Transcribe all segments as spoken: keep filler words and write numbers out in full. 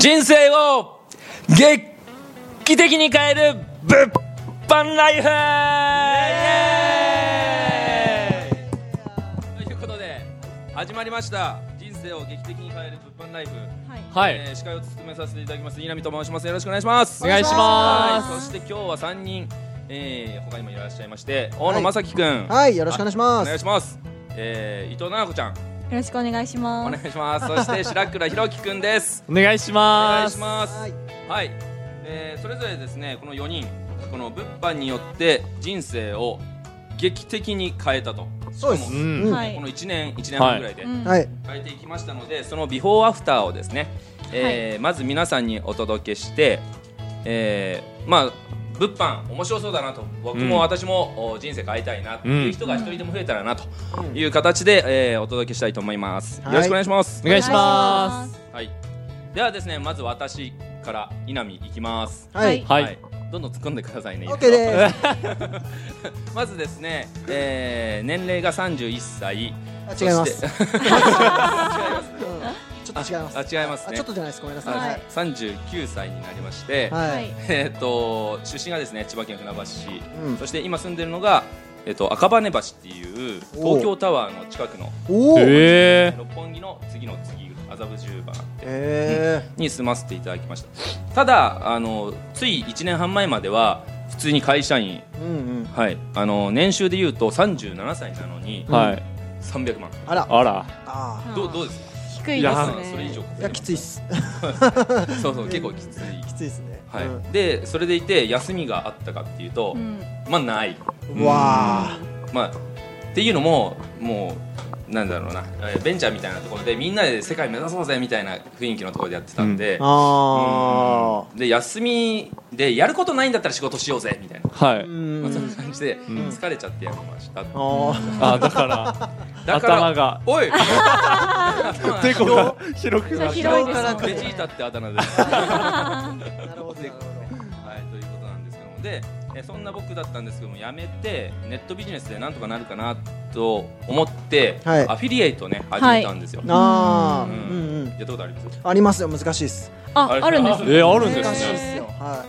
人生を劇的に変える物販ライフ、イエーイということで始まりました人生を劇的に変える物販ライフ、はい、えー、司会を務めさせていただきます稲見と申します。よろしくお願いします。 お願いします。 はい、そして今日はさんにん、えー、他にもいらっしゃいまして、大野正樹くん、 はい、よろしくお願いします。 お願いします。えー、伊藤奈々子ちゃん、 よろしくお願いします。 お願いします。そして白倉弘樹くんです。 お願いします。 お願いします。はい、はい、えー、それぞれですね、このよにん、この物販によって人生を劇的に変えたと。 そうです。 うん、このいちねん、いちねんはんぐらいで変えていきましたので、そのビフォーアフターをですね、えーはい、まず皆さんにお届けして、えー、まあ物販面白そうだなと、僕も私も人生変えたいなという人が一人でも増えたらなという形で、えー、お届けしたいと思います。よろしくお願いします。 お願いします。 はい、ではですね、まず私から稲見いきます。 はい、 はい、どんどん突っ込んでくださいね。 OK です。 まずですね、えー、年齢がさんじゅういっさい。 あ、違います。違います。ちょっと違います。 あ、違いますね。 ちょっとじゃないです。ごめんなさい。 さんじゅうきゅうさいになりまして、 はい、 えっと出身がですね千葉県船橋市、うん、そして今住んでるのがえっと赤羽橋っていう東京タワーの近くの六本木の次の次麻布十番に住ませていただきました。ただあのついいちねんはんまえまでは普通に会社員、うんうん、はい、あの年収でいうとさんじゅうななさいなのに、はい、さんびゃくまん。 あらあら、 あどうどうですか。 低いですね。 それ以上。 いや、きついっす。 そうそう、結構きつい。 きついですね。 はい。で、それでいて休みがあったかっていうと、まあない。 わあ。 まあっていうのももうなんだろうな、ベンチャーみたいなところでみんなで世界目指そうぜみたいな雰囲気のところでやってたんで、ああ。で休みでやることないんだったら仕事しようぜみたいな。はい。まあそんな感じで疲れちゃってやめました。ああ、だから。頭がおい手こが広くなって広いからベジータってあだ名です。なるほどなるほど。はい、ということなんですけども、でそんな僕だったんですけども、辞めてネットビジネスでなんとかなるかなと思って、はい、アフィリエイトね始めたんですよ。 ああ、うんうん。 やったことあります？ ありますよ。難しいです。 あ、あるんです。 え、あるんですね。 難しいですよ。 はい。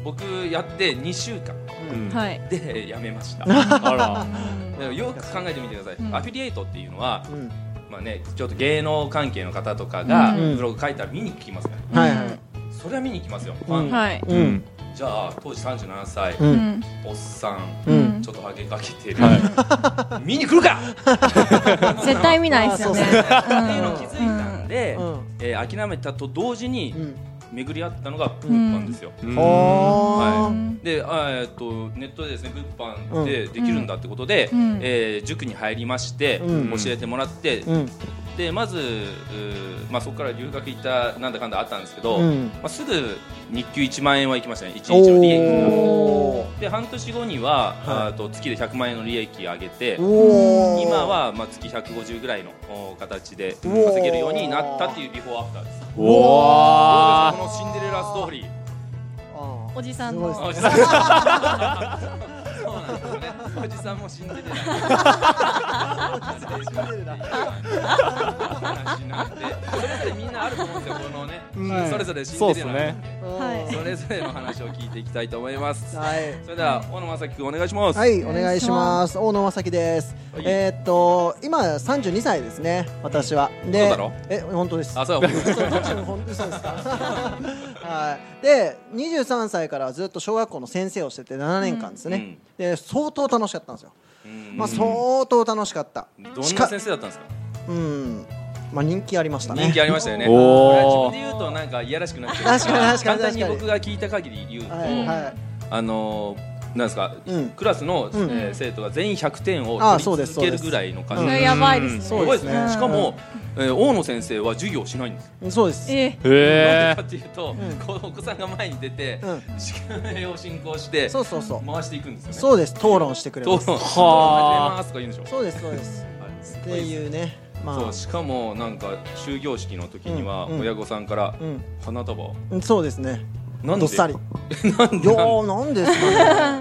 僕やってにしゅうかんで辞めました。あら。よく考えてみてください。アフィリエイトっていうのは、まあね、ちょっと芸能関係の方とかがブログ書いたら見に来ますよね。はいはい。それは見に来ますよ。はい。じゃあ当時さんじゅうななさい、おっさん、ちょっとハゲかけてる。見に来るか。 絶対見ないですよね。 っていうのを気づいたんで、諦めたと同時に。巡り合ったのが物販ですよ。はい。で、えっとネットでですね、物販でできるんだってことで、え塾に入りまして、教えてもらって、でまずまあそこから留学行ったなんだかんだあったんですけど、まあすぐ日給いちまんえんはいきましたね。いちにちの利益が。で半年後にはあと月でひゃくまんえんの利益上げて、今はまあ月ひゃくごじゅうぐらいの形で稼げるようになったっていうビフォーアフターです。おお、このシンデレラストーリー。 おじさんの。 おじさん。そうなんですよね。おじさんもシンデレラ。シンデレラ。話なんで、それぞれみんなあると思うんですよ。このね、それぞれシンデレラ。はい。それぞれの話を聞いていきたいと思います。はい。それでは大野正樹君お願いします。 はい、お願いします。大野正樹です。えっと今さんじゅうにさいですね。私は。 で、 え、本当です。 あ、そう。 本当ですか。はい。で、にじゅうさんさいからずっと小学校の先生をしててななねんかんですね。で、相当楽しかったんですよ。まあ相当楽しかった。 どんな先生だったんですか。 うん。まあ人気ありましたね。 人気ありましたよね。自分で言うとなんかいやらしくなっちゃう。 確かに確かに。 簡単に僕が聞いた限り言うと、あのなんですか、クラスの生徒が全員ひゃくてんを取り続けるぐらいの感じ。 やばいですね。 そうですね。 しかも大野先生は授業しないんです。 そうです。 へえ。なんでかっていうと、お子さんが前に出て宿題を進行して回していくんですよね。 そうです。討論してくれます。 はあ。とか言うんでしょ。 そうですそうです。っていうね。 そう、しかもなんか終業式の時には親御さんから花束。 そうですね。 なんで。 どっさり。なんで。いや、なんですかね。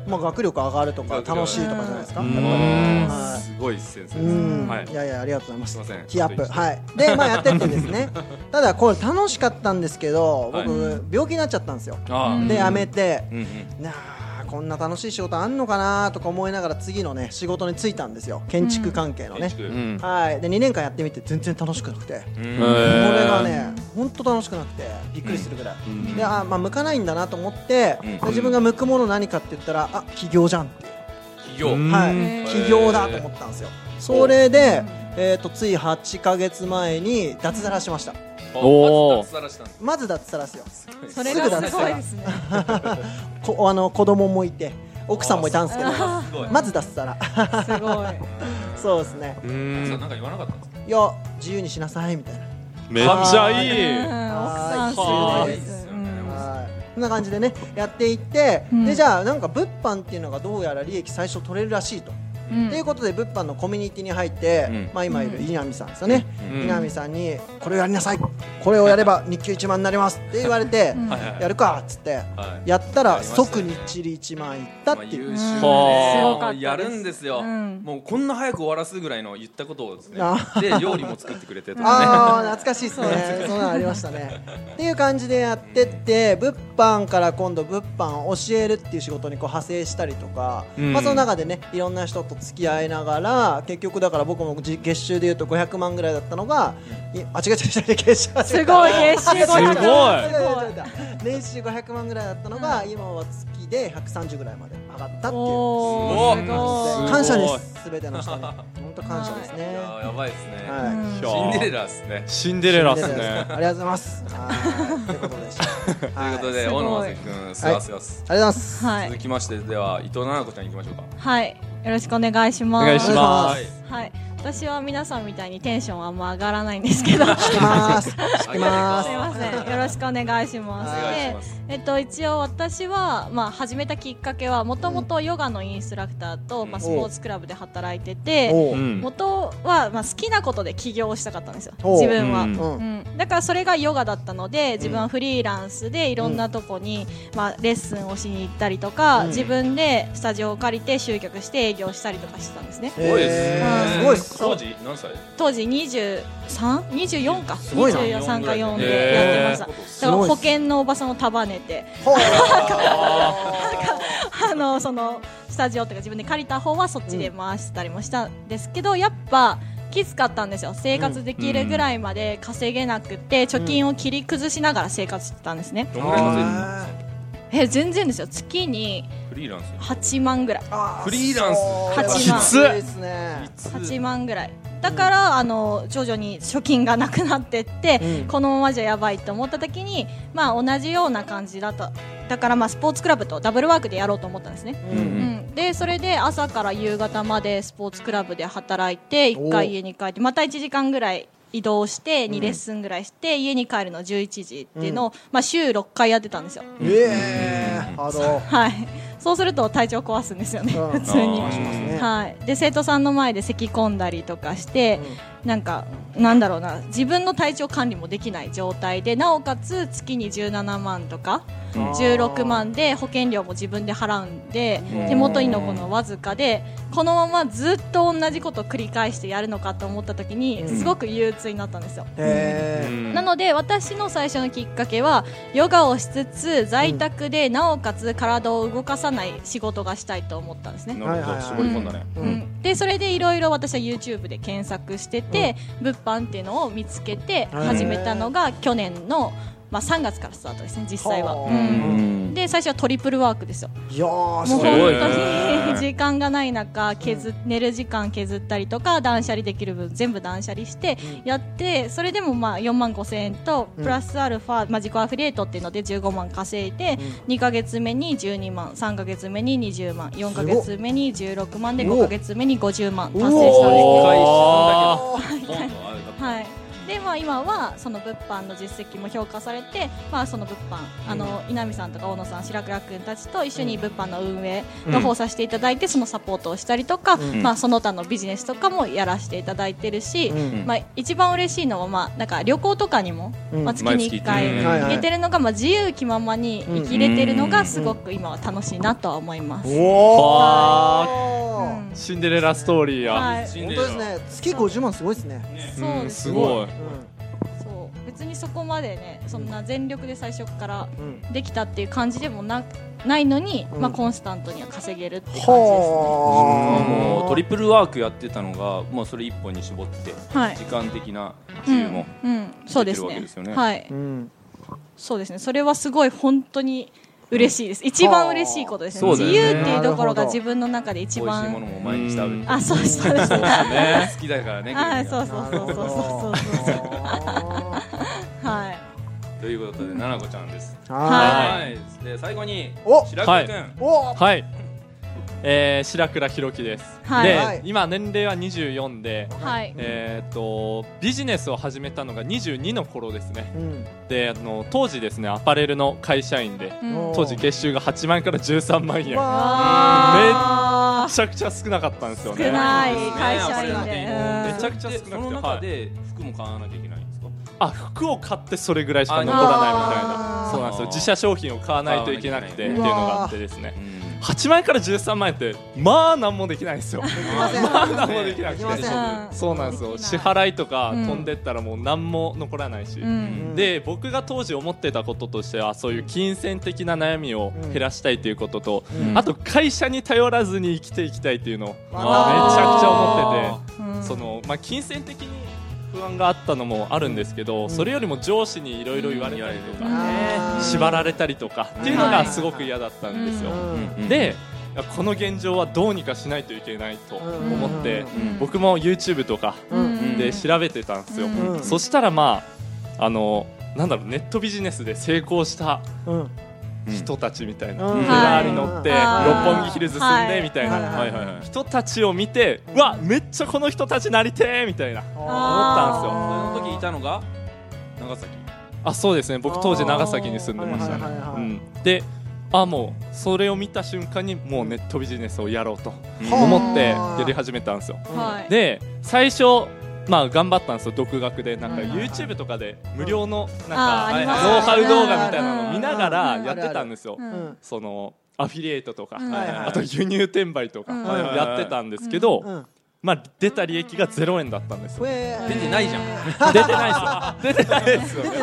まあ学力上がるとか楽しいとかじゃないですか。 すごい先生です。 はい。いやいやありがとうございます。 すみません。 キーアップ。はい。でまあやってってですね。ただこれ楽しかったんですけど、僕病気になっちゃったんですよ。でやめて、なあこんな楽しい仕事あんのかなとか思いながら次のね仕事に就いたんですよ。建築関係のね。はい。でにねんかんやってみて全然楽しくなくて、これがね本当楽しくなくてびっくりするぐらい。であまあ向かないんだなと思って、自分が向くもの何かって言ったらあ起業じゃんっていう。 起業。 はい。起業だと思ったんですよ。それでえっとついはちかげつまえに脱サラしました。 おお。 まず脱サラですよ。 それがすごいですね。 こあの子供もいて奥さんもいたんですけど、まず脱サラ。 すごい。 そうですね。 奥さんなんか言わなかったんですか？ いや自由にしなさいみたいな。 めっちゃいい。 奥さんすごいです。 こんな感じでねやっていって、でじゃあなんか物販っていうのがどうやら利益最初取れるらしいと。と、うん、いうことで物販のコミュニティに入って、うんまあ、今いる稲見さんですよね、うん、稲見さんにこれをやりなさい、これをやれば日給いちまんになりますって言われて、うん、やるかっつって、はい、やったら即日利いちまんいったっていう、 まあ、優秀でやるんですよ、うん、もうこんな早く終わらすぐらいの言ったことをですねで料理も作ってくれてとかねああ懐かしいですねそんなのありましたねっていう感じでやってって物販から今度物販を教えるっていう仕事にこう派生したりとか、うんまあ、その中でねいろんな人と付き合いながら結局だから僕も月収でいうとごひゃくまんぐらいだったのが、うん、あ違う違う違う月収すごい月収ごひゃくまん年収ごひゃくまんぐらいだったのが、うん、今は月でひゃくさんじゅうぐらいまで上がったっていうすごい感謝ですすべての人に本当感謝ですねやばいですね、はい、シンデレラですねシンデレラですねありがとうございますということでしたということで大野正樹君すがすがすありがとうございます、 はい、 続きましてでは伊藤七子ちゃんいきましょうかはいよろしくお願いします。 お願いします。 はい、私は皆さんみたいにテンションあんま上がらないんですけど。 してます。してます。 すみません。よろしくお願いします。で、えっと一応私はまあ始めたきっかけはもともとヨガのインストラクターとまあスポーツクラブで働いてて、元はまあ好きなことで起業したかったんですよ。自分は。うん。だからそれがヨガだったので、自分はフリーランスでいろんなとこにまあレッスンをしに行ったりとか、自分でスタジオを借りて集客して営業したりとかしてたんですね。 すごいです。 すごいです。 当時何歳？ 当時にじゅうさん、にじゅうよんか、にじゅうさんかよんでやってました。だから保険のおばさんを束ねて、あのそのスタジオとか自分で借りた方はそっちで回したりもしたんですけど、やっぱきつかったんですよ。生活できるぐらいまで稼げなくて、貯金を切り崩しながら生活してたんですね。 どのぐらい稼いでるんですか？ え全然ですよ。月にはちまんぐらい。 フリーランスはちまんきついですね。 はちまんぐらいだから、うん、あの徐々に貯金がなくなってって、うん、このままじゃやばいと思った時に、まあ、同じような感じだっただから、まあ、スポーツクラブとダブルワークでやろうと思ったんですね、うんうん、でそれで朝から夕方までスポーツクラブで働いていっかい家に帰ってまたいちじかんぐらい移動してにレッスンぐらいして、うん、家に帰るのじゅういちじっていうのを、うんまあ、週ろっかいやってたんですよ。 えー、ハード。 はい、そうすると体調壊すんですよね、うん、普通に、はい、で生徒さんの前で咳込んだりとかして、うん、なんかなんだろうな自分の体調管理もできない状態でなおかつ月にじゅうななまんとかじゅうろくまんで保険料も自分で払うんで手元に残るのわずかでこのままずっと同じことを繰り返してやるのかと思った時にすごく憂鬱になったんですよ、うん、なので私の最初のきっかけはヨガをしつつ在宅でなおかつ体を動かさない仕事がしたいと思ったんですね。 なるほど、絞り込んだね、 うんうん、でそれでいろいろ私は YouTube で検索してて、うん、物販っていうのを見つけて始めたのが去年のまあ、さんがつからスタートですね実際は、うん、で最初はトリプルワークですよ。 いやーもう本当に時間がない中削、うん、寝る時間削ったりとか断捨離できる分全部断捨離してやって、うん、それでもまあよんまんごせんえんとプラスアルファ、まあ、自己アフィリエイトっていうのでじゅうごまん稼いで、うん、にかげつめにじゅうにまんさんかげつめににじゅうまんよんかげつめにじゅうろくまんでごかげつめにごじゅうまん達成したんですね。 いっかい沈んだけどはいで、まあ、今はその物販の実績も評価されて、まあ、その物販、うん、あの稲見さんとか大野さん、白倉君たちと一緒に物販の運営の方させていただいて、うん、そのサポートをしたりとか、うんまあ、その他のビジネスとかもやらせていただいてるし、うんまあ、一番嬉しいのは、まあ、なんか旅行とかにも、うんまあ、月にいっかい行けてるのが、まあ、自由気ままに生きれてるのがすごく今は楽しいなとは思います。 おー、シンデレラストーリーや、 はい、本当ですね。月ごじゅうまんすごいですね。 そうです、 すごい。 そう別にそこまでね、そんな全力で最初からできたっていう感じでもなないのに、うんまあ、コンスタントには稼げるっていう感じですね。 もうトリプルワークやってたのがもうそれ一本に絞って、はい、時間的な自由も出てるわけですよね。 はい、うん、そうですね。それはすごい本当に嬉しいです。一番嬉しいことですね。自由っていうところが自分の中で一番。 美味しいものも毎日食べて。 あ、そうそうですね。 好きだからね。 あ、そうそうそうそうそうそうそう。はい。 ということで、ななこちゃんです。 はい。で、最後に白倉君。 はい。えー、白倉弘樹です、 はい、 で、 はい、 今年齢はにじゅうよんで、 はい、 えー、とビジネスを始めたのがにじゅうにの頃ですね、うん、であの当時ですねアパレルの会社員で、うん、当時月収がはちまんえんからじゅうさんまんえん、めっちゃくちゃ少なかったんですよね。 少ない会社員で、 めちゃくちゃ少なくて、 その中で服も買わなきゃいけないんですか？ あ、服を買ってそれぐらいしか残らないみたいな。そうなんですよ。自社商品を買わないといけなくてっていうのがあってですね、はちまんえんからじゅうさんまんえんってまあ何もできないんですよ。まあ何もできなくて、そうなんですよ。支払いとか飛んでったらもう何も残らないし、うん、で僕が当時思ってたこととしては、そういう金銭的な悩みを減らしたいということと、うん、あと会社に頼らずに生きていきたいっていうのをめちゃくちゃ思ってて、うん、そのまあ金銭的に不安があったのもあるんですけど、うん、それよりも上司にいろいろ言われたりとか、うん、縛られたりとかっていうのがすごく嫌だったんですよ、うん、でこの現状はどうにかしないといけないと思って、うん、僕も YouTube とかで調べてたんですよ、うん、そしたらまああのなんだろう、ネットビジネスで成功した人たちみたいな、フェラーリ乗って六本木ヒルズ住んでみたいな人たちを見て、うわめっちゃこの人たちなりてーみたいな思ったんですよ。 その時いたのが長崎。 あ、そうですね。僕当時長崎に住んでましたね、うん、で、あ、もうそれを見た瞬間にもうネットビジネスをやろうと思ってやり始めたんですよ、うん、で最初まあ頑張ったんですよ。独学でなんか YouTube とかで無料のなんかノウハウ動画みたいなのを見ながらやってたんですよ。そのアフィリエイトとか、あと輸入転売とかやってたんですけど、まあ出た利益がゼロえんだったんですよ。 出てないじゃん。 出てないですよ。出てないですよ。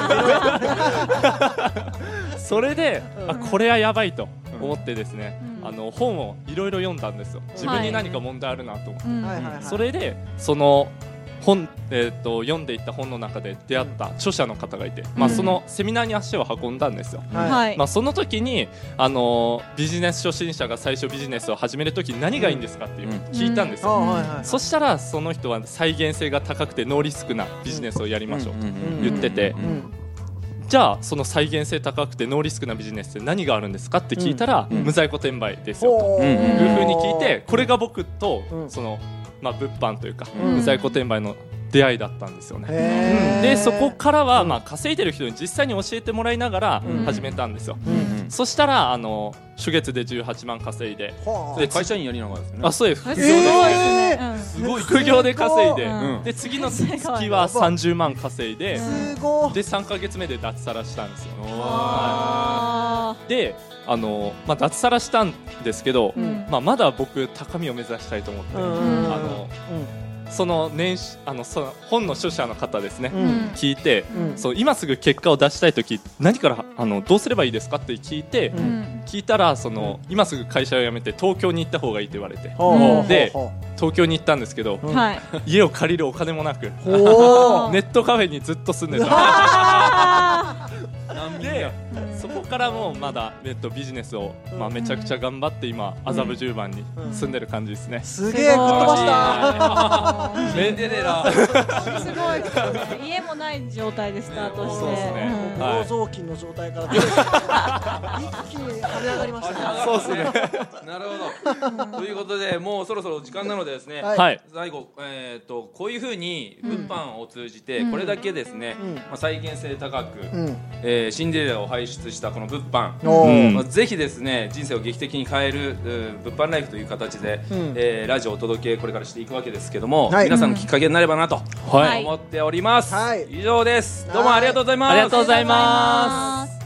それであこれはやばいと思ってですね、あの本をいろいろ読んだんですよ。自分に何か問題あるなと思って、それでその本、えー、と読んでいった本の中で出会った著者の方がいて、うんまあ、そのセミナーに足を運んだんですよ、はいまあ、その時に、あのー、ビジネス初心者が最初ビジネスを始める時に何がいいんですかっていうのを聞いたんですよ、うんうん、そしたらその人は再現性が高くてノーリスクなビジネスをやりましょうと言ってて、じゃあその再現性高くてノーリスクなビジネスって何があるんですかって聞いたら、うん、無在庫転売ですよというふうに聞いて、これが僕とそのまあ、物販というか、うん、無在庫転売の出会いだったんですよね、うん、でそこからは、まあ、稼いでる人に実際に教えてもらいながら始めたんですよ、うんうん、そしたらあの初月でじゅうはちまん稼いで、 で会社員やりながらですね。 あ、そうです。副業で、 えー、 すごい副業で稼いで、うん、で次の月はさんじゅうまん稼いで、でさんかげつめで脱サラしたんですよ。はい、であの、まあ、脱サラしたんですけど、うんまあ、まだ僕高みを目指したいと思って、うん、あの、うんその年あのその本の著者の方ですね、うん、聞いて、うん、そう今すぐ結果を出したいとき何からあのどうすればいいですかって聞いて、うん、聞いたらその、うん、今すぐ会社を辞めて東京に行った方がいいと言われて、うん、で東京に行ったんですけど、うん、家を借りるお金もなくネットカフェにずっと住んでたでそこからもまだ、えっと、ビジネスを、まあ、めちゃくちゃ頑張って今麻布十番に住んでる感じですね。 すげえ吹っ飛ばしたシンデレラすごいですね。家もない状態でスタートして、 そうですね、 暴走期の状態から出てきて一気に跳ね上がりましたね。 そうですねなるほどということでもうそろそろ時間なのでですね、 はい、 最後、えー、とこういうふうに物販を通じてこれだけですね、うんまあ、再現性高く、うんえー、シンデレラを輩出したこの物販、うんまあ、ぜひですね人生を劇的に変える物販ライフという形で、うんえー、ラジオをお届けこれからしていくわけですけども、はい、皆さんのきっかけになればなと思っております、はい、以上です、どうもありがとうございます。 ありがとうございます。